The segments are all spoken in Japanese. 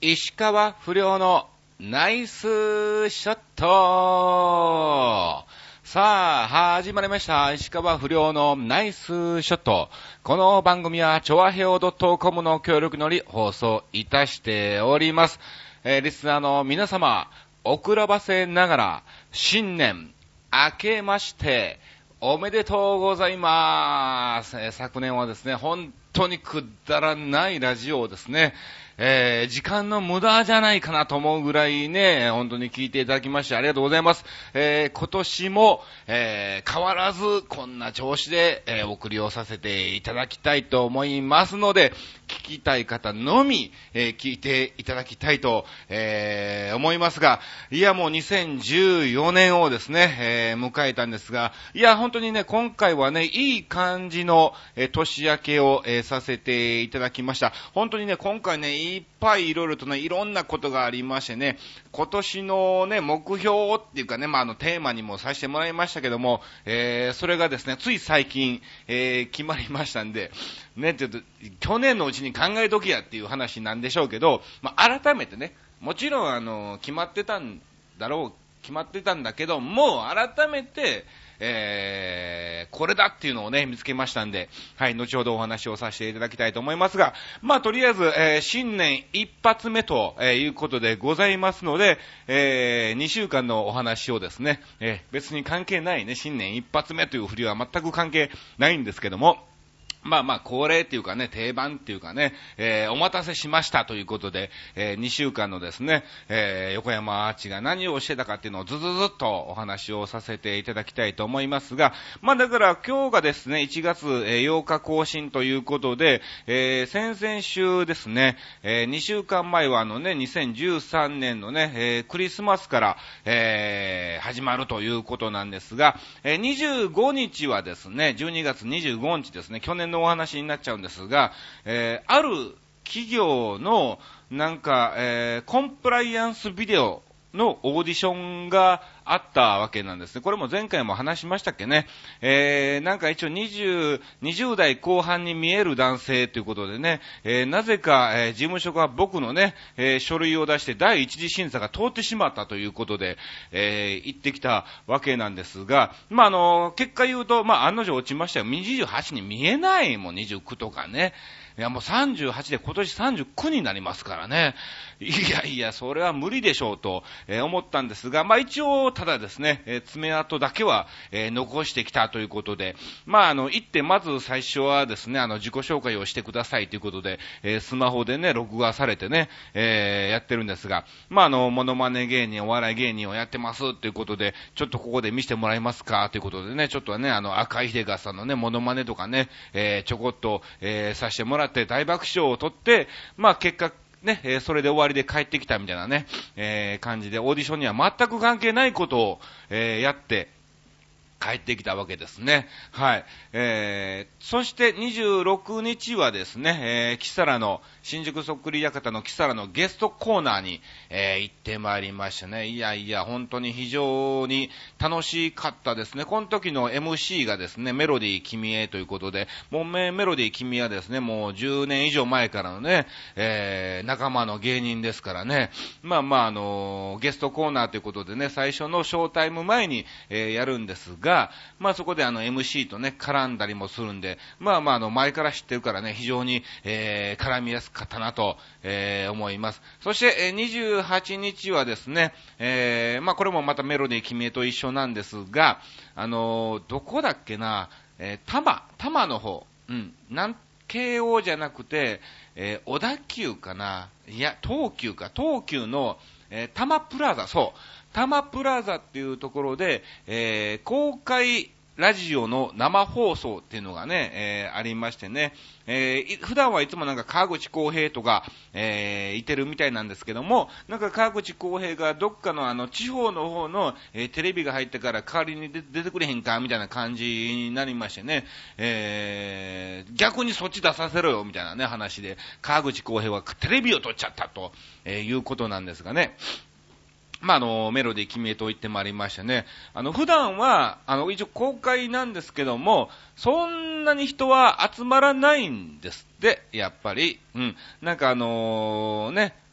石川不良のナイスショット。さあ、始まりました。石川不良のナイスショット。この番組は、チョアヘオ .com の協力のり放送いたしております。リスナーの皆様、遅らばせながら、新年、明けまして、おめでとうございます。昨年はですね、本当にくだらないラジオをですね、時間の無駄じゃないかなと思うぐらいね、本当に聞いていただきましてありがとうございます。今年も、変わらずこんな調子で、お送りをさせていただきたいと思いますので、聞きたい方のみ、聞いていただきたいと、思いますが、いやもう2014年をですね、迎えたんですが、いや本当にね、今回はね、いい感じの、年明けを、させていただきました。本当にね、今回ね、いっぱいいろいろとね、いろんなことがありましてね、今年のね、目標っていうかね、テーマにもさせてもらいましたけども、それがですね、つい最近、決まりましたんで、ね、ちょっと、去年のうちに考えときやっていう話なんでしょうけど、改めてね、もちろん決まってたんだけど、もう改めて、これだっていうのをね、見つけましたんで、はい、後ほどお話をさせていただきたいと思いますが、とりあえず、新年一発目と、いうことでございますので、2週間のお話をですね、別に関係ないね、新年一発目という振りは全く関係ないんですけども、恒例っていうかね、定番っていうかね、お待たせしましたということで、2週間のですね、横山アーチが何をしてたかっていうのをずずずっとお話をさせていただきたいと思いますが、だから今日がですね、1月8日更新ということで、先々週ですね、2週間前は2013年のね、クリスマスから、始まるということなんですが、25日はですね、12月25日ですね、去年のお話になっちゃうんですが、ある企業のコンプライアンスビデオのオーディションがあったわけなんですね。これも前回も話しましたっけね。一応20代後半に見える男性ということでね、なぜか、事務所が僕のね、書類を出して第一次審査が通ってしまったということで、行ってきたわけなんですが、結果言うと、案の定落ちましたよ。28に見えないもん、29とかね。いやもう38で今年39になりますからね。いや、それは無理でしょうと、思ったんですが、一応、ただですね、爪痕だけは、残してきたということで、行ってまず最初はですね、自己紹介をしてくださいということで、スマホでね、録画されてね、やってるんですが、モノマネ芸人、お笑い芸人をやってますということで、ちょっとここで見せてもらえますかということでね、ちょっとね、赤井秀和さんのね、モノマネとかね、ちょこっと、させてもらって大爆笑を取って、結果、ね、それで終わりで帰ってきたみたいなね、感じで、オーディションには全く関係ないことを、やって、帰ってきたわけですね。はい。そして26日はですね、キサラの、新宿そっくり館のキサラのゲストコーナーに、行ってまいりましたね。いや、本当に非常に楽しかったですね。この時の MC がですね、メロディー君へということで、もうメロディー君はですね、もう10年以上前からのね、仲間の芸人ですからね、ゲストコーナーということでね、最初のショータイム前に、やるんですが、そこでMC とね、絡んだりもするんで、前から知ってるからね、非常に、絡みやすかったなと、思います。そして、28日はですね、これもまたメロディー君へと一緒なんですが、どこだっけな、多摩の方、慶応じゃなくて、小田急かな、いや、東急の、多摩プラザ、そう、多摩プラザっていうところで、公開ラジオの生放送っていうのがね、ありましてね、普段はいつも川口浩平とか、いてるみたいなんですけども、川口浩平がどっかの地方の方の、テレビが入ってから代わりに出てくれへんかみたいな感じになりましてね、逆にそっち出させろよみたいなね話で、川口浩平はテレビを撮っちゃったと、いうことなんですがね。メロディー君へと言ってまいりましてね。普段は、一応公開なんですけども、そんなに人は集まらないんですって、やっぱり。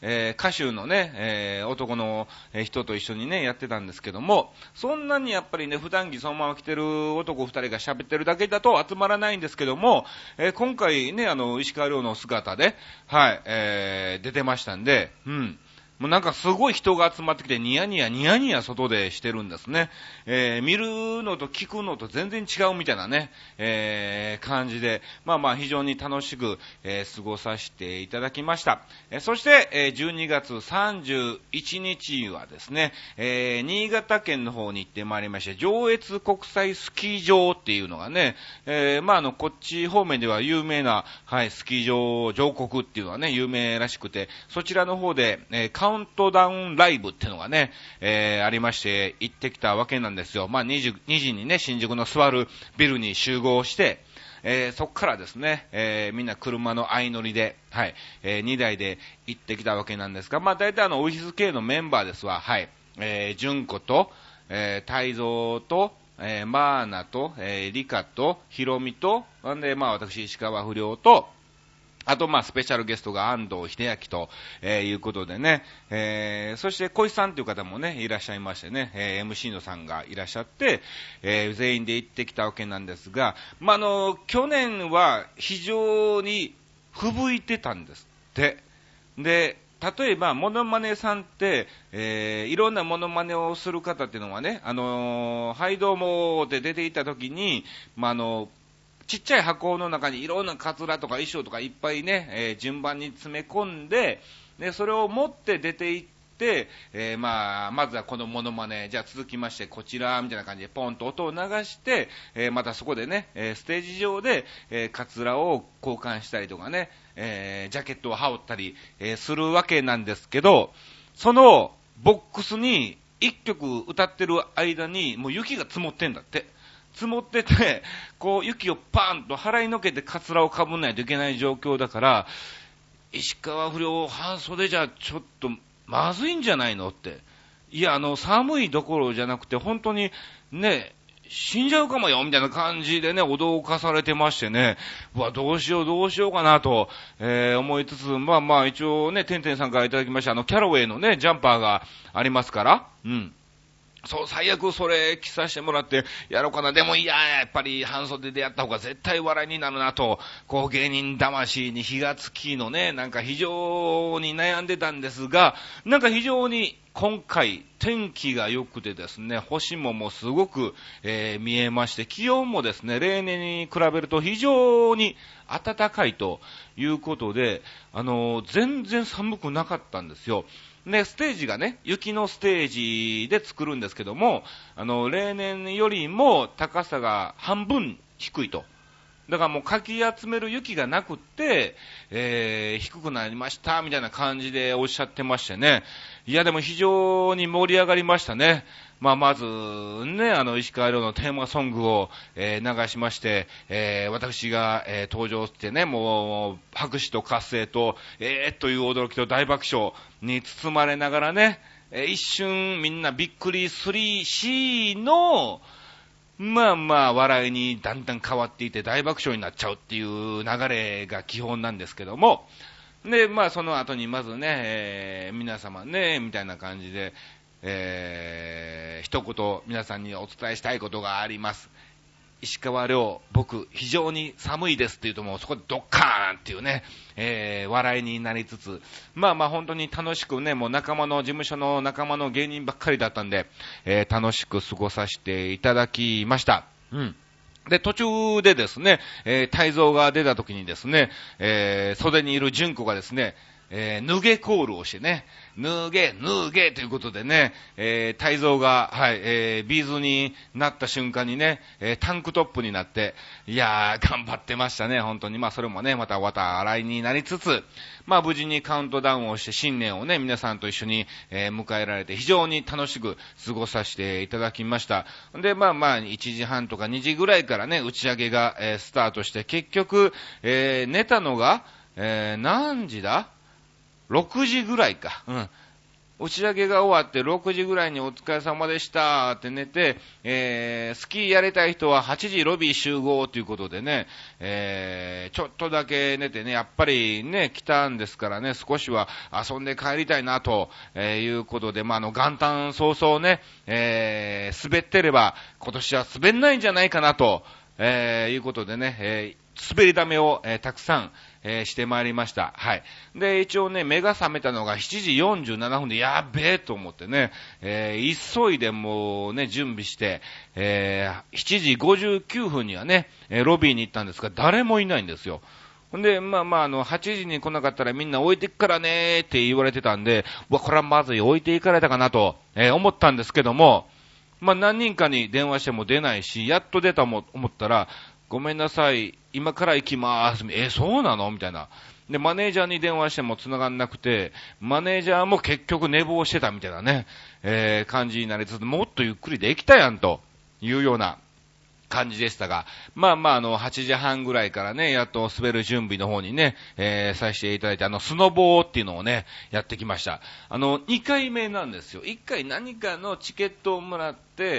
歌手のね、男の人と一緒にね、やってたんですけども、そんなにやっぱりね、普段着そのまま着てる男二人が喋ってるだけだと集まらないんですけども、今回ね、石川遼の姿で、はい、出てましたんで、もうなんかすごい人が集まってきてニヤニヤ外でしてるんですね。見るのと聞くのと全然違うみたいなね、感じで、まあ非常に楽しく、過ごさせていただきました。そして、12月31日はですね、新潟県の方に行ってまいりまして、上越国際スキー場っていうのがね、こっち方面では有名な、はい、スキー場、上国っていうのはね、有名らしくて、そちらの方で、カウントダウンライブっていうのがね、ありまして、行ってきたわけなんですよ。2時にね、新宿の座るビルに集合して、そっからですね、みんな車の相乗りで、はい、2台で行ってきたわけなんですが、大体オフィス系のメンバーですわ、はい、純子と、泰造と、マーナと、リカと、ヒロミと、なんで、私、石川不良と、あと、スペシャルゲストが安藤秀明と、いうことでね、そして、小石さんという方もね、いらっしゃいましてね、MC のさんがいらっしゃって、全員で行ってきたわけなんですが、去年は非常に吹雪いてたんですって。で、例えば、モノマネさんって、いろんなモノマネをする方っていうのはね、はいどうもって出ていった時に、ちっちゃい箱の中にいろんなカツラとか衣装とかいっぱいね、順番に詰め込んで、で、それを持って出ていって、まずはこのモノマネ、じゃあ続きましてこちら、みたいな感じでポンと音を流して、またそこでね、ステージ上で、カツラを交換したりとかね、ジャケットを羽織ったり、するわけなんですけど、そのボックスに一曲歌ってる間にもう雪が積もってんだって。積もってて、こう雪をパーンと払いのけてカツラをかぶんないといけない状況だから、石川不良半袖じゃちょっとまずいんじゃないのって。いや、寒いどころじゃなくて本当にね、死んじゃうかもよみたいな感じでね、脅かされてましてね、どうしようかなと、思いつつ、一応ね、てんてんさんからいただきましたキャロウェイのね、ジャンパーがありますから、そう、最悪それ着させてもらってやろうかな。でもやっぱり半袖でやった方が絶対笑いになるなと、こう芸人魂に火がつきのね、なんか非常に悩んでたんですが、なんか非常に今回天気が良くてですね、星もすごく、見えまして、気温もですね、例年に比べると非常に暖かいということで、全然寒くなかったんですよ。で、ステージがね、雪のステージで作るんですけども、例年よりも高さが半分低いと。だからもうかき集める雪がなくって、低くなりました、みたいな感じでおっしゃってましてね。いや、でも非常に盛り上がりましたね。まず、ね、石川遼のテーマソングを、流しまして、私が、登場してね、もう、拍手と喝采と、という驚きと大爆笑に包まれながらね、一瞬みんなびっくりしの、笑いにだんだん変わっていて大爆笑になっちゃうっていう流れが基本なんですけども、で、その後にまずね、皆様ね、みたいな感じで、一言皆さんにお伝えしたいことがあります。石川遼、僕、非常に寒いですって言うともうそこでドッカーンっていうね、笑いになりつつ、本当に楽しくね、もう事務所の仲間の芸人ばっかりだったんで、楽しく過ごさせていただきました。で、途中でですね、泰造が出た時にですね、袖にいる純子がですね、脱げコールをしてね、脱げということでね、泰造が、はい、ビーズになった瞬間にね、タンクトップになって、いやー、頑張ってましたね、本当に。それもね、また笑いになりつつ、無事にカウントダウンをして新年をね、皆さんと一緒に、迎えられて、非常に楽しく過ごさせていただきました。で、1時半とか2時ぐらいからね、打ち上げが、スタートして、結局、寝たのが、何時だ?6時ぐらいか。 打ち上げが終わって6時ぐらいにお疲れ様でしたって寝て、スキーやりたい人は8時ロビー集合ということでね、ちょっとだけ寝てね、やっぱりね、来たんですからね、少しは遊んで帰りたいなということで、元旦早々ね、滑ってれば今年は滑んないんじゃないかなと、いうことでね、滑りだめを、たくさん、してまいりました。はい。で、一応ね、目が覚めたのが7時47分で、やっべえと思ってね、急いでもうね、準備して、7時59分にはね、ロビーに行ったんですが、誰もいないんですよ。で、8時に来なかったらみんな置いてくからねーって言われてたんで、これはまずい置いていかれたかなと、思ったんですけども、何人かに電話しても出ないし、やっと出たも思ったら、ごめんなさい、今から行きまーす。そうなのみたいな。で、マネージャーに電話しても繋がんなくて、マネージャーも結局寝坊してたみたいなね、感じになりつつ、もっとゆっくりできたやんというような感じでしたが、8時半ぐらいからね、やっと滑る準備の方にね、させていただいて、スノボーっていうのをね、やってきました。2回目なんですよ。1回何かのチケットをもらって、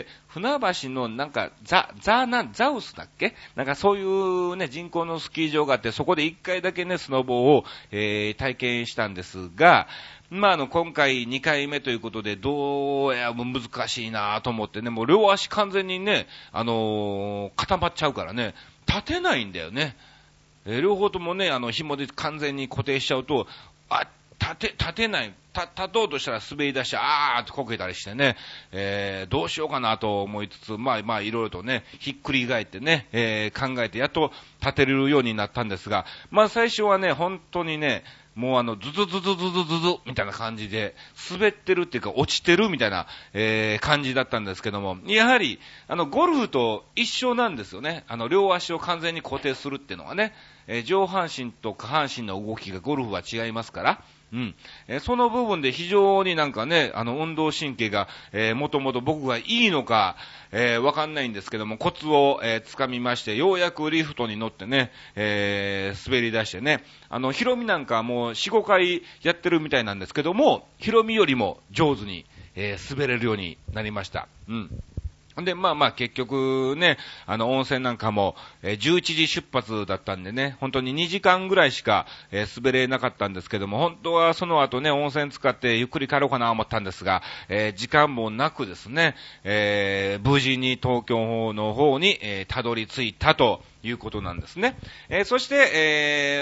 船橋のなんか、ザウスだっけなんかそういうね、人工のスキー場があって、そこで1回だけね、スノボーを、体験したんですが、今回2回目ということで、どうや、難しいなと思ってね、もう両足完全にね、固まっちゃうからね、立てないんだよね。両方ともね、紐で完全に固定しちゃうと、立てない。立とうとしたら滑り出して、あーってこけたりしてね、どうしようかなと思いつつ、いろいろとね、ひっくり返ってね、考えてやっと立てれるようになったんですが、最初はね、本当にね、もうズズズズズズズズみたいな感じで、滑ってるっていうか落ちてるみたいな、感じだったんですけども、やはり、ゴルフと一緒なんですよね。両足を完全に固定するっていうのはね、上半身と下半身の動きがゴルフは違いますから、その部分で非常になんかね、運動神経が、もともと僕がいいのか、わかんないんですけども、コツを、つかみまして、ようやくリフトに乗ってね、滑り出してね、ヒロミなんかもう4、5回やってるみたいなんですけども、ヒロミよりも上手に、滑れるようになりました。で、結局ね、温泉なんかも、11時出発だったんでね、本当に2時間ぐらいしか、滑れなかったんですけども、本当はその後ね、温泉使ってゆっくり帰ろうかなと思ったんですが、時間もなくですね、無事に東京の方に、たどり着いたということなんですね。そして、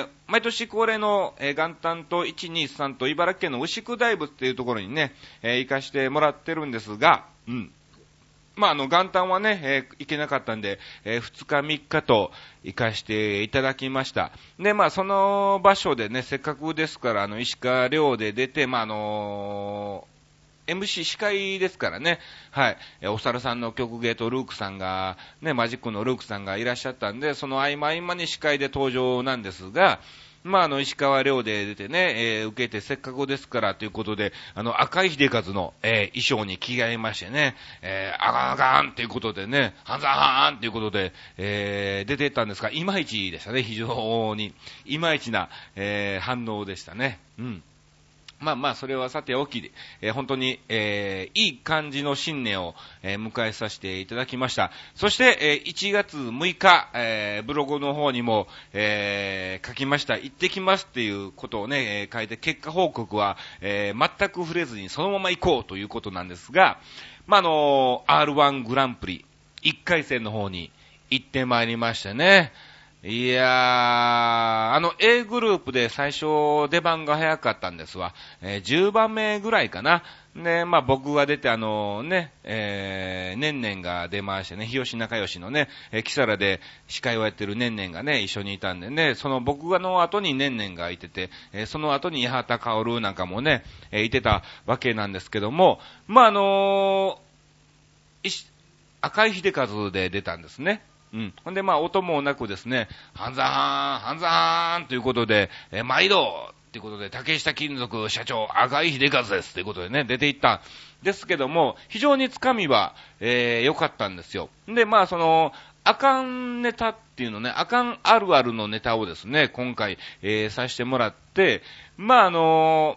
毎年恒例の、元旦と1、2、3と茨城県の牛久大仏っていうところにね、行かしてもらってるんですが、元旦はね、行けなかったんで、2日3日と行かしていただきました。で、その場所でね、せっかくですから、石川寮で出て、MC 司会ですからね、はい、お猿さんの曲芸とルークさんが、ね、マジックのルークさんがいらっしゃったんで、その合間合間に司会で登場なんですが、石川寮で出てね、受けてせっかくですからということで、赤い秀和の、衣装に着替えましてね、あがんあがんということでね、はんざーんということで、出てったんですが、いまいちでしたね、非常に。いまいちな、反応でしたね。それはさておきで、本当に、いい感じの新年を、迎えさせていただきました。そして、1月6日、ブログの方にも、書きました。行ってきますっていうことをね、書いて、結果報告は、全く触れずにそのまま行こうということなんですが、R1 グランプリ1回戦の方に行ってまいりましたね。いやー、A グループで最初出番が早かったんですわ。10番目ぐらいかな。で、僕が出てねんねんが出ましてね、日吉仲良しのね、キサラで司会をやってるねんねんがね、一緒にいたんでね、その僕の後にねんねんがいてて、その後に八幡薫なんかもね、いてたわけなんですけども、赤井秀和で出たんですね。ほんで、音もなくですね、ハンザーンということで、毎度ということで、竹下金属社長、赤井秀和ですということでね、出ていったんですけども、非常につかみは、良かったんですよ。で、あかんネタっていうのね、あかんあるあるのネタをですね、今回、させてもらって、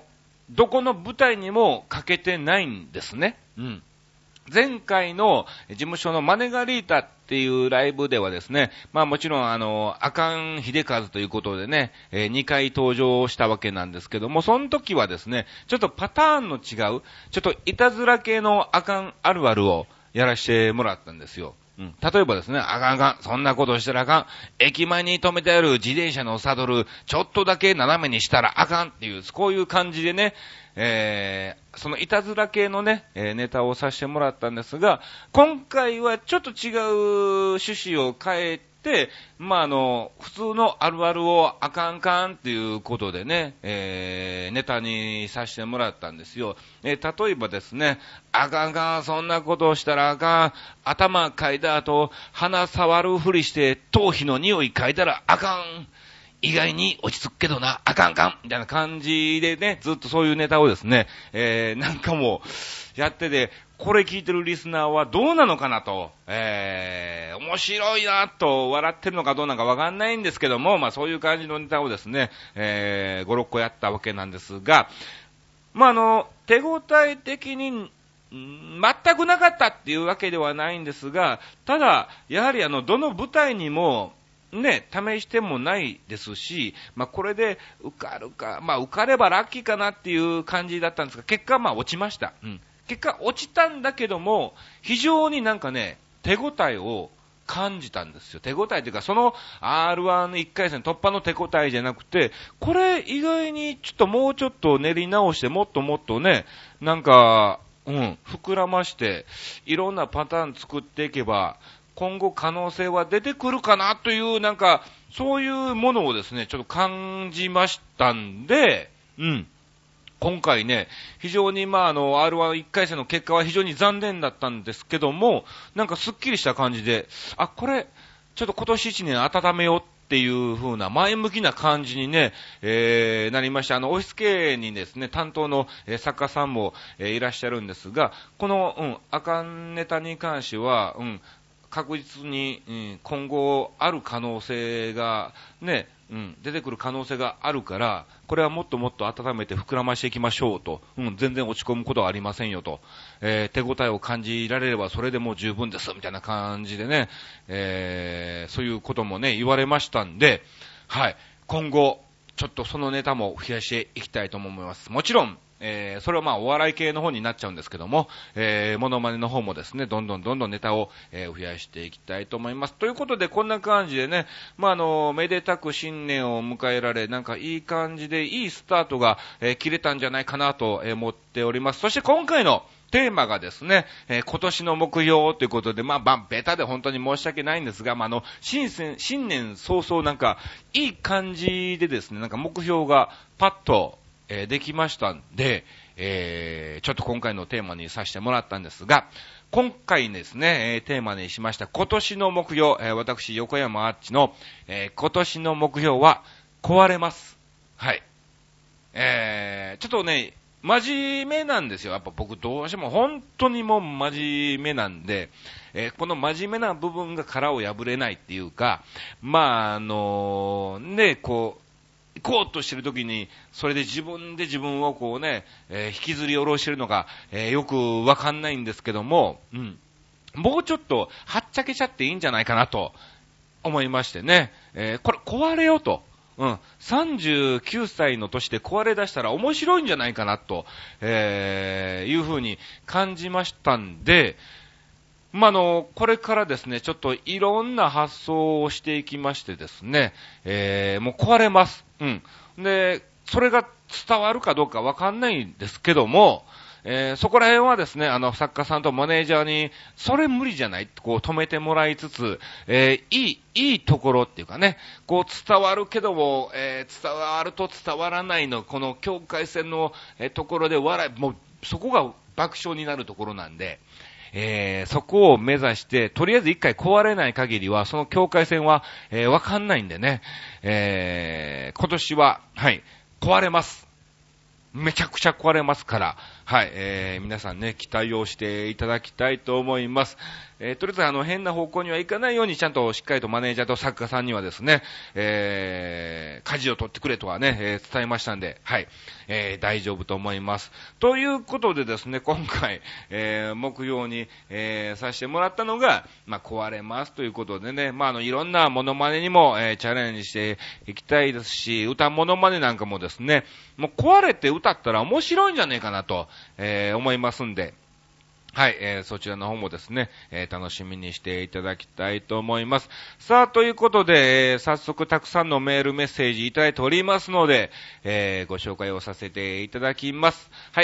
どこの舞台にもかけてないんですね。前回の事務所のマネガリータっていうライブではですね、もちろんアカン秀和ということでね、2回登場したわけなんですけども、その時はですね、ちょっとパターンの違う、ちょっといたずら系のアカンあるあるをやらせてもらったんですよ。例えばですね、あかん、そんなことしたらあかん。駅前に止めてある自転車のサドル、ちょっとだけ斜めにしたらあかんっていう、こういう感じでね、そのいたずら系のね、ネタをさせてもらったんですが、今回はちょっと違う趣旨を変えて、普通のあるあるをあかんかんっていうことでね、ネタにさせてもらったんですよ。例えばですね、あかんかん、そんなことをしたらあかん、頭嗅いだ後、鼻触るふりして頭皮の匂い嗅いだらあかん、意外に落ち着くけどな、あかんかんみたいな感じでね、ずっとそういうネタをですね、なんかもう、やってて、これ聞いてるリスナーはどうなのかなと、面白いなと笑ってるのかどうなのかわかんないんですけども、そういう感じのネタをですね、5、6個やったわけなんですが、手応え的に、全くなかったっていうわけではないんですが、ただ、やはりどの舞台にも、ね、試してもないですし、これで受かるか、受かればラッキーかなっていう感じだったんですが、結果落ちました。結果落ちたんだけども、非常になんかね、手応えを感じたんですよ。手応えというか、その R1 1回戦突破の手応えじゃなくて、これ意外にちょっともうちょっと練り直して、もっともっとね、なんか、膨らまして、いろんなパターン作っていけば、今後可能性は出てくるかなという、なんか、そういうものをですね、ちょっと感じましたんで、今回ね、非常にR11 回戦の結果は非常に残念だったんですけども、なんかスッキリした感じで、これ、ちょっと今年1年温めようっていう風な前向きな感じにね、なりました。オフィス系にですね、担当の、作家さんも、いらっしゃるんですが、この、アカンネタに関しては、確実に、今後ある可能性がね、出てくる可能性があるから、これはもっともっと温めて膨らましていきましょうと、全然落ち込むことはありませんよと、手応えを感じられればそれでもう十分ですみたいな感じでね、そういうこともね言われましたんで、はい、今後ちょっとそのネタも増やしていきたいと思います。もちろんそれはお笑い系の方になっちゃうんですけども、モノマネの方もですね、どんどんネタを、増やしていきたいと思います。ということで、こんな感じでね、めでたく新年を迎えられ、なんかいい感じで、いいスタートが、切れたんじゃないかなと思っております。そして今回のテーマがですね、今年の目標ということで、ベタで本当に申し訳ないんですが、新年早々なんか、いい感じでですね、なんか目標がパッと、できましたんで、ちょっと今回のテーマにさせてもらったんですが、今回ですね、テーマにしました今年の目標、私横山あっちの、今年の目標は壊れます。はい。ちょっとね、真面目なんですよ。やっぱ僕どうしても本当にもう真面目なんで、この真面目な部分が殻を破れないっていうか、行こうとしてるときに、それで自分をこうね、引きずり下ろしてるのが、よくわかんないんですけども、もうちょっと、はっちゃけちゃっていいんじゃないかなと、思いましてね、これ壊れようと。39歳の年で壊れ出したら面白いんじゃないかなと、いうふうに感じましたんで、これからですね、ちょっといろんな発想をしていきましてですね、もう壊れます。で、それが伝わるかどうかわかんないんですけども、そこら辺はですね、作家さんとマネージャーに、それ無理じゃないってこう止めてもらいつつ、いいところっていうかね、こう伝わるけども、伝わると伝わらないの、この境界線の、ところでもう、そこが爆笑になるところなんで、そこを目指して、とりあえず一回壊れない限りは、その境界線は、わかんないんでね、今年は、はい、壊れます。めちゃくちゃ壊れますから、はい、皆さんね、期待をしていただきたいと思います。 とりあえず変な方向にはいかないようにちゃんとしっかりとマネージャーと作家さんにはですね、舵を取ってくれとはね、伝えましたんで、はい、大丈夫と思います。ということでですね、今回、目標に、させてもらったのが、壊れますということでね、いろんなモノマネにも、チャレンジしていきたいですし、歌モノマネなんかもですね、もう壊れて歌ったら面白いんじゃねえかなと、思いますんで、はい、そちらの方もですね、楽しみにしていただきたいと思います。さあ、ということで、早速たくさんのメールメッセージいただいておりますので、ご紹介をさせていただきます。はい、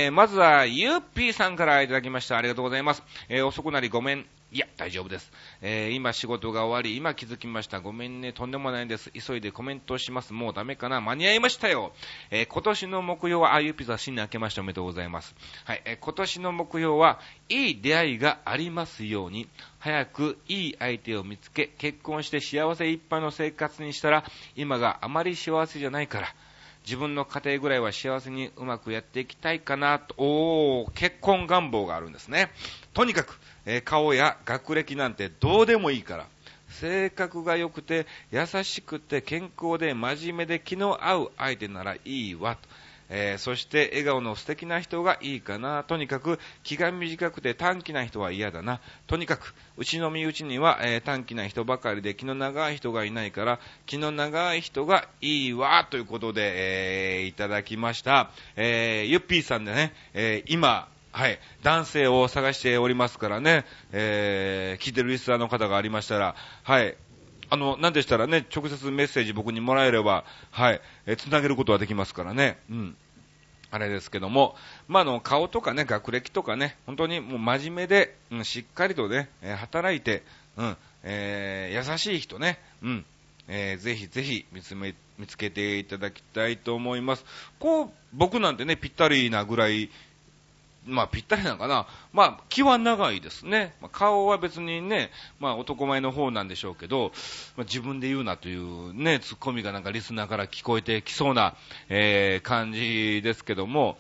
まずは、ゆっぴーさんからいただきました。ありがとうございます。遅くなりごめん。いや、大丈夫です。今仕事が終わり、今気づきました。ごめんね、とんでもないです。急いでコメントします。もうダメかな、間に合いましたよ。今年の目標は、ゆっぴーさん新年明けましておめでとうございます。はい、今年の目標は、いい出会いがありますように、早くいい相手を見つけ、結婚して幸せいっぱいの生活にしたら、今があまり幸せじゃないから、自分の家庭ぐらいは幸せにうまくやっていきたいかなと、結婚願望があるんですね。とにかく、顔や学歴なんてどうでもいいから、性格が良くて、優しくて、健康で、真面目で、気の合う相手ならいいわと。そして笑顔の素敵な人がいいかな。とにかく気が短くて短気な人は嫌だな。とにかくうちの身内には、短気な人ばかりで気の長い人がいないから気の長い人がいいわということで、いただきました。ゆっぴーさんでね、今はい、男性を探しておりますからね、聞いてるリスナーの方がありましたら、はい。なんでしたらね、直接メッセージ僕にもらえれば、はい、つなげることはできますからね。うん。あれですけども、顔とかね、学歴とかね、本当にもう真面目で、しっかりとね、働いて、優しい人ね、ぜひぜひ見つけていただきたいと思います。僕なんてね、ぴったりなぐらい、ぴったりなのかな。気は長いですね。顔は別にね、男前の方なんでしょうけど、自分で言うなというね、ツッコミがなんかリスナーから聞こえてきそうな、感じですけども、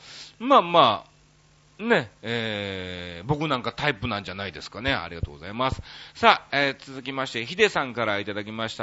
ね、僕なんかタイプなんじゃないですかね。ありがとうございます。さあ、続きまして、ヒデさんからいただきました。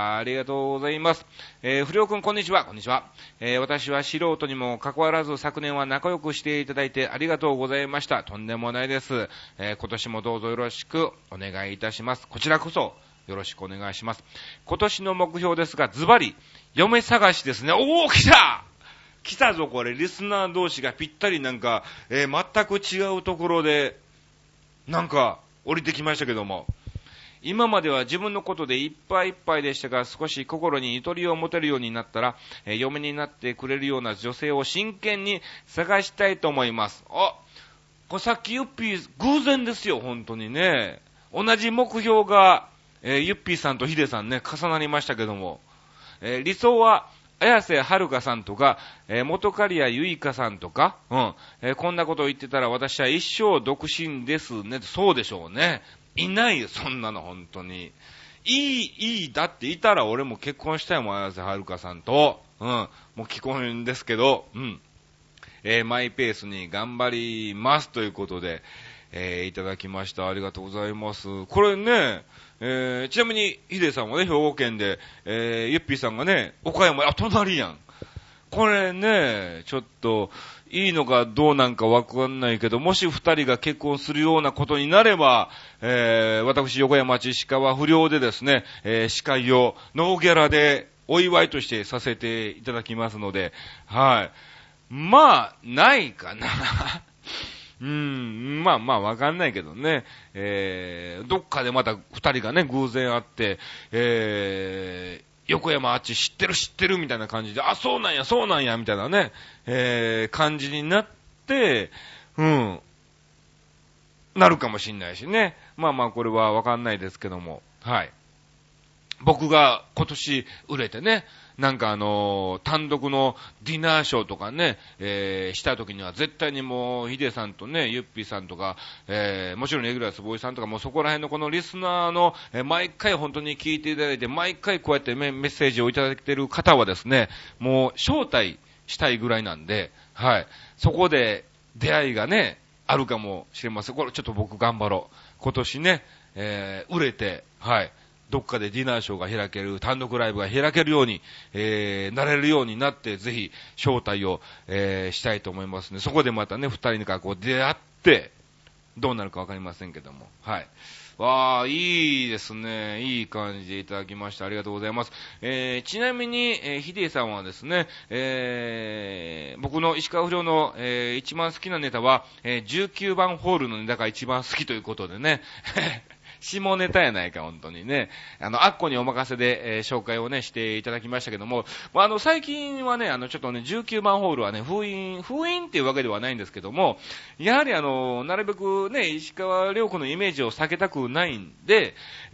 ありがとうございます。不良くん、こんにちは。こんにちは。私は素人にもかかわらず昨年は仲良くしていただいてありがとうございました。とんでもないです。今年もどうぞよろしくお願いいたします。こちらこそよろしくお願いします。今年の目標ですが、ズバリ、嫁探しですね。来たぞこれ、リスナー同士がぴったりなんか、全く違うところで、なんか、降りてきましたけども。今までは自分のことでいっぱいいっぱいでしたが、少し心にゆとりを持てるようになったら、嫁になってくれるような女性を真剣に探したいと思います。これさっきユッピー、偶然ですよ、本当にね。同じ目標が、ユッピーさんとヒデさんね、重なりましたけども。理想は、綾瀬はるかさんとか、元カリアゆいかさんとか、こんなことを言ってたら私は一生独身ですね。そうでしょうね。いないよ、そんなの、本当に。いい、だっていたら俺も結婚したいもん、綾瀬はるかさんと。もう既婚ですけど、マイペースに頑張りますということで、いただきました。ありがとうございます。これね、ちなみに、ヒデさんはね、兵庫県で、ゆっぴーさんがね、岡山、隣やん。これね、ちょっと、いいのかどうなんかわかんないけど、もし二人が結婚するようなことになれば、私、横山町石川不良でですね、司会をノーギャラでお祝いとしてさせていただきますので、はい。ないかな。わかんないけどね。どっかでまた二人がね、偶然会って、横山あっち知ってるみたいな感じで、そうなんや、みたいなね、感じになって、なるかもしんないしね。これはわかんないですけども、はい。僕が今年売れてね、なんか単独のディナーショーとかね、した時には絶対にもう、ヒデさんとね、ユッピーさんとか、もちろんレギュラースボーイさんとか、もうそこら辺のこのリスナーの、毎回本当に聞いていただいて、毎回こうやってメッセージをいただいている方はですね、もう招待したいぐらいなんで、はい。そこで出会いがね、 あるかもしれません。これちょっと僕頑張ろう。今年ね、売れて、はい。どっかでディナーショーが開ける、単独ライブが開けるように、なれるようになって、ぜひ、招待を、したいと思いますね。そこでまたね、二人がこう出会って、どうなるかわかりませんけども。はい。わあ、いいですね。いい感じでいただきました。ありがとうございます。ちなみに、ヒデさんはですね、僕の石川不良の、一番好きなネタは、19番ホールのネタが一番好きということでね。下ネタやないか、本当にね。アッコにお任せで、紹介をね、していただきましたけども、最近はね、ちょっとね、19番ホールはね、封印っていうわけではないんですけども、やはりなるべくね、石川遼子のイメージを避けたくないんで、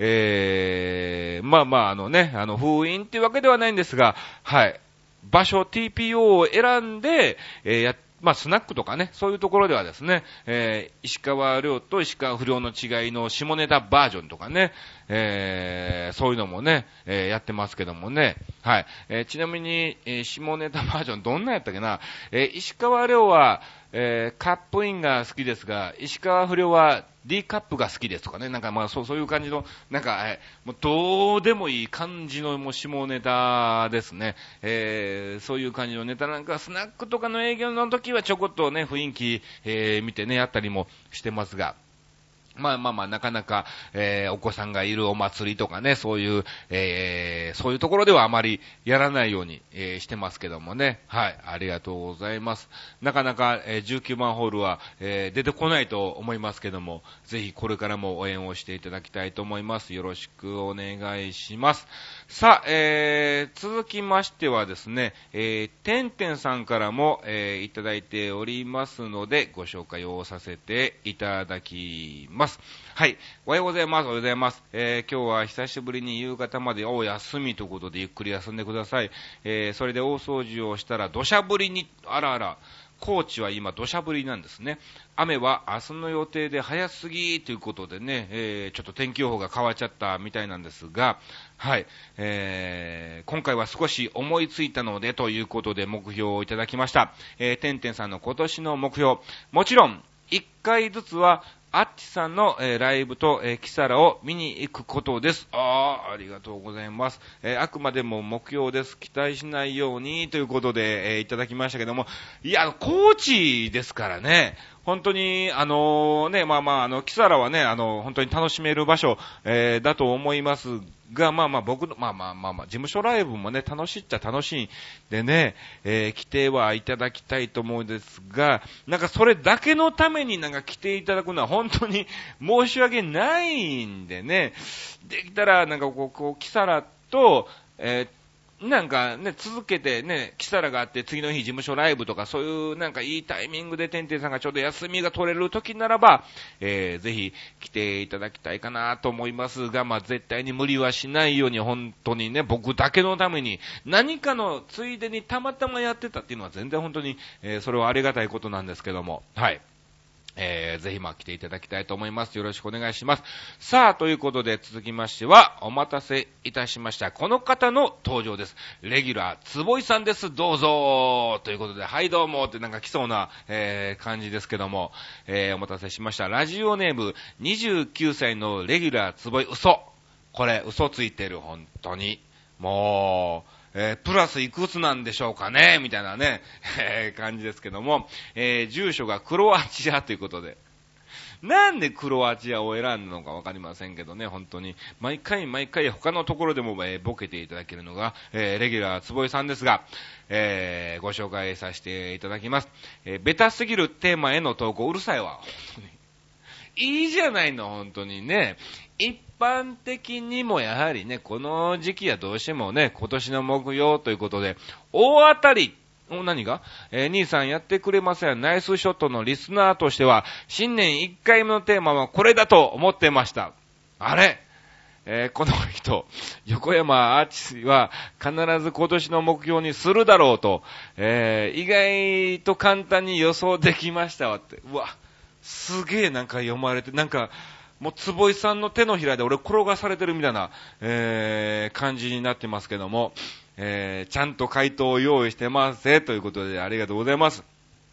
封印っていうわけではないんですが、はい。場所 TPO を選んで、スナックとかね、そういうところではですね、石川遼と石川不良の違いの下ネタバージョンとかね、そういうのもね、やってますけどもね。はい。ちなみに、下ネタバージョンどんなやったっけな、石川遼は、カップインが好きですが、石川不良は D カップが好きですとかね、なんかそういう感じの、なんか、もうどうでもいい感じのもう下ネタですね。そういう感じのネタなんか、スナックとかの営業の時はちょこっとね、雰囲気、見てね、やったりもしてますが、なかなか、お子さんがいるお祭りとかね、そういうところではあまりやらないように、してますけどもね。はい、ありがとうございます。なかなか、19番ホールは、出てこないと思いますけども、ぜひこれからも応援をしていただきたいと思います。よろしくお願いします。さあ、続きましてはですね、てんてんさんからも、いただいておりますので、ご紹介をさせていただきます。はい。おはようございます。おはようございます。今日は久しぶりに夕方までお休みということでゆっくり休んでください。それで大掃除をしたら土砂降りに、あらあら、高知は今土砂降りなんですね。雨は明日の予定で早すぎということでね、ちょっと天気予報が変わっちゃったみたいなんですが、はい。今回は少し思いついたのでということで目標をいただきました。てんてんさんの今年の目標、もちろん1回ずつはアッチさんの、ライブと、キサラを見に行くことです。ありがとうございます。あくまでも目標です。期待しないようにということで、いただきましたけども、いや、高知ですからね、本当に、キサラはね、本当に楽しめる場所、だと思いますが、僕の、事務所ライブもね、楽しいっちゃ楽しいんでね、来てはいただきたいと思うんですが、なんかそれだけのためになんか来ていただくのは本当に申し訳ないんでね、できたらなんかキサラと、なんかね、続けてね、キサラがあって次の日事務所ライブとかそういうなんかいいタイミングでてんてんさんがちょうど休みが取れる時ならば、ぜひ来ていただきたいかなと思いますが、絶対に無理はしないように本当にね、僕だけのために何かのついでにたまたまやってたっていうのは全然本当に、それはありがたいことなんですけども、はい。ぜひ来ていただきたいと思います。よろしくお願いします。さあ、ということで続きましては、お待たせいたしました。この方の登場です。レギュラー、坪井さんです。どうぞということで、はいどうもってなんか来そうな、感じですけども、お待たせしました。ラジオネーム、29歳のレギュラー、坪井、嘘。これ、嘘ついてる、本当に。もう、プラスいくつなんでしょうかねみたいなね、感じですけども、住所がクロアチアということで。なんでクロアチアを選んだのかわかりませんけどね、本当に。毎回他のところでも、ボケていただけるのが、レギュラー坪井さんですが、ご紹介させていただきます。ベタすぎるテーマへの投稿、うるさいわ。本当にいいじゃないの、本当にね。一般的にもやはりね、この時期はどうしてもね、今年の目標ということで、大当たり、何が兄さんやってくれません。ナイスショットのリスナーとしては、新年1回目のテーマはこれだと思ってました。あれこの人、横山アーチは必ず今年の目標にするだろうと、意外と簡単に予想できましたわって。うわ、すげえなんか読まれて、なんか、もう坪井さんの手のひらで俺転がされてるみたいな、感じになってますけども、ちゃんと回答を用意してますということでありがとうございます。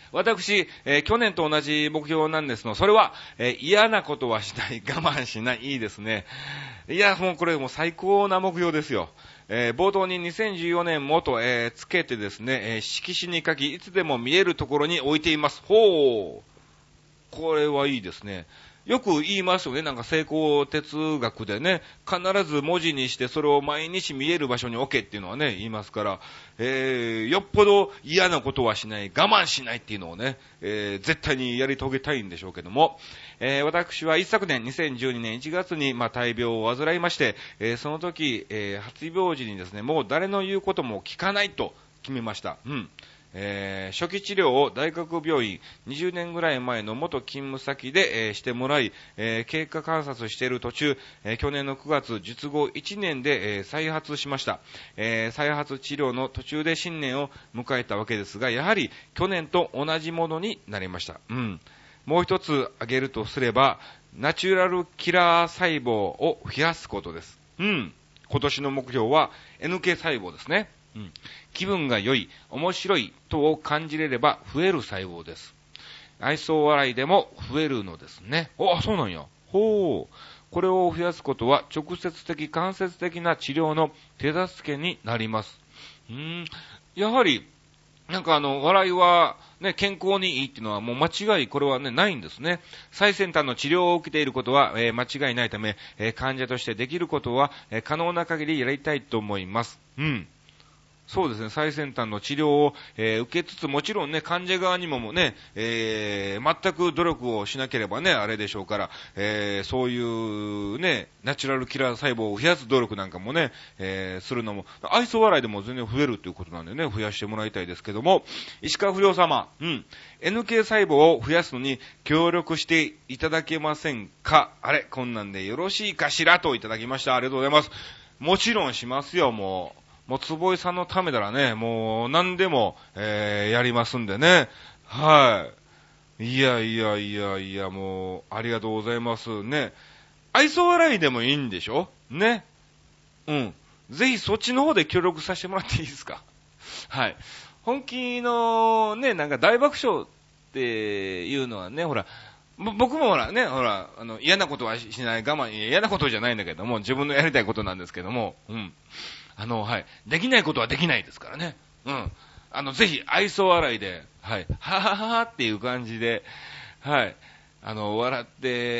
私、去年と同じ目標なんですの。それは、嫌なことはしない、我慢しない、いいですね。いや、もうこれもう最高な目標ですよ。冒頭に2014年もと、つけてですね、色紙に書き、いつでも見えるところに置いています。ほう。これはいいですね。よく言いますよね。なんか成功哲学でね、必ず文字にしてそれを毎日見える場所に置けっていうのはね、言いますから、よっぽど嫌なことはしない、我慢しないっていうのをね、絶対にやり遂げたいんでしょうけども、私は一昨年2012年1月に大病を患いまして、その時、発病時にですね、もう誰の言うことも聞かないと決めました。初期治療を大学病院20年ぐらい前の元勤務先で、してもらい、経過観察している途中、去年の9月術後1年で、再発しました。再発治療の途中で新年を迎えたわけですが、やはり去年と同じものになりました。もう一つ挙げるとすれば、ナチュラルキラー細胞を増やすことです。今年の目標は NK 細胞ですね。気分が良い、面白いとを感じれれば増える細胞です。愛想笑いでも増えるのですね。そうなんや。ほう。これを増やすことは直接的、間接的な治療の手助けになります。やはり、なんか笑いはね、健康にいいっていうのはもう間違い、これはね、ないんですね。最先端の治療を受けていることは、間違いないため、患者としてできることは、可能な限りやりたいと思います。そうですね、最先端の治療を、受けつつ、もちろんね、患者側にもね、全く努力をしなければね、あれでしょうから、そういうね、ナチュラルキラー細胞を増やす努力なんかもね、するのも、愛想笑いでも全然増えるということなんでね、増やしてもらいたいですけども、石川不良様、NK 細胞を増やすのに協力していただけませんか？あれ、こんなんでよろしいかしらといただきました。ありがとうございます。もちろんしますよ、もう坪井さんのためならね、もう何でも、やりますんでね。はい。いや、もう、ありがとうございますね。愛想笑いでもいいんでしょね。ぜひそっちの方で協力させてもらっていいですか？はい。本気のね、なんか大爆笑っていうのはね、ほら、僕もほらね、嫌なことはしない、我慢、嫌なことじゃないんだけども、自分のやりたいことなんですけども、はい。できないことはできないですからね。ぜひ、愛想笑いで、はい。ははははっていう感じで、はい。笑って、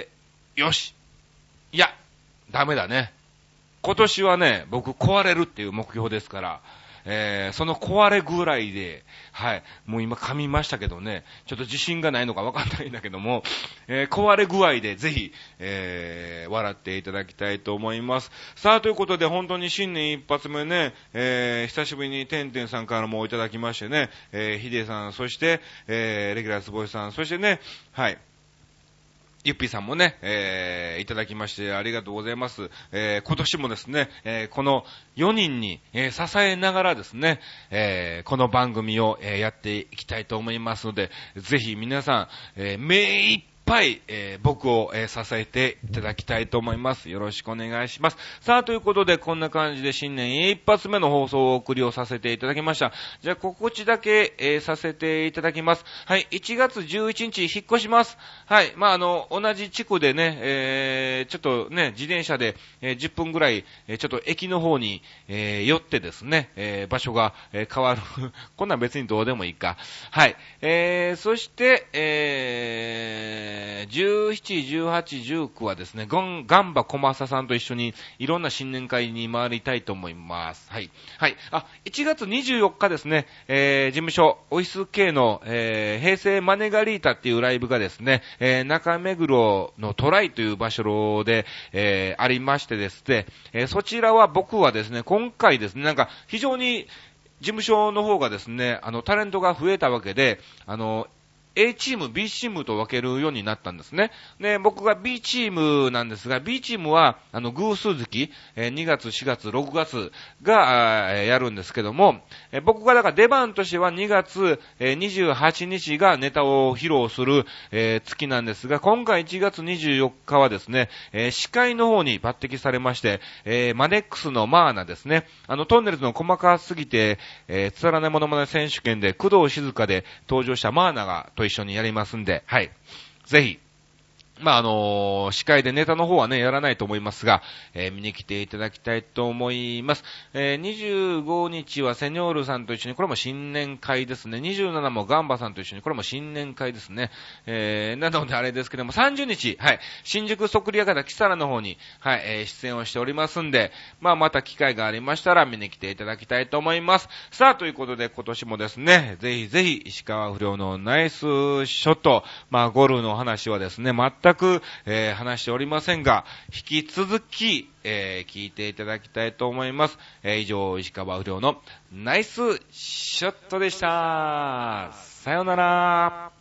よし。いや、ダメだね。今年はね、僕壊れるっていう目標ですから、その壊れぐらいで、はい、もう今噛みましたけどね、ちょっと自信がないのかわかんないんだけども、壊れ具合でぜひ、笑っていただきたいと思います。さあ、ということで本当に新年一発目ね、久しぶりにてんてんさんからもいただきましてね、ヒデさん、そして、レギュラーつぼいさん、そしてね、はい、ゆっぴーさんもね、いただきましてありがとうございます。今年もですね、この4人に、支えながらですね、この番組を、やっていきたいと思いますので、ぜひ皆さん、目いっぱい、僕を、支えていただきたいと思います。よろしくお願いします。さあ、ということで、こんな感じで新年一発目の放送をお送りをさせていただきました。じゃあ、告知だけ、させていただきます。はい、1月11日引っ越します。はい、同じ地区でね、ちょっとね、自転車で、10分ぐらい、ちょっと駅の方に、寄ってですね、場所が、変わる。こんなん別にどうでもいいか。はい、そして、17、18、19はですね、ガンバ小正さんと一緒にいろんな新年会に回りたいと思います。はい。はい。1月24日ですね、事務所、オフィス系の、平成マネガリータっていうライブがですね、中目黒のトライという場所で、ありましてですね、そちらは僕はですね、今回ですね、なんか非常に事務所の方がですね、タレントが増えたわけで、 A チーム、Bチームと分けるようになったんですね。で、僕が B チームなんですが、B チームは、偶数月、2月、4月、6月が、やるんですけども、僕がだから出番としては2月、28日がネタを披露する、月なんですが、今回1月24日はですね、司会の方に抜擢されまして、マネックスのマーナですね、トンネルズの細かすぎて、つらないものまね選手権で工藤静香で登場したマーナがと一緒にやりますんで、はい。ぜひ、司会でネタの方はね、やらないと思いますが、見に来ていただきたいと思います。25日はセニョールさんと一緒に、これも新年会ですね。27もガンバさんと一緒に、これも新年会ですね。なのであれですけども、30日、はい、新宿そっくり館キサラの方に、はい、出演をしておりますんで、また機会がありましたら見に来ていただきたいと思います。さあ、ということで今年もですね、ぜひぜひ石川不良のナイスショット、ゴルフの話はですね、全く、話しておりませんが、引き続き、聞いていただきたいと思います。以上、石川不良のナイスショットでした。さようなら。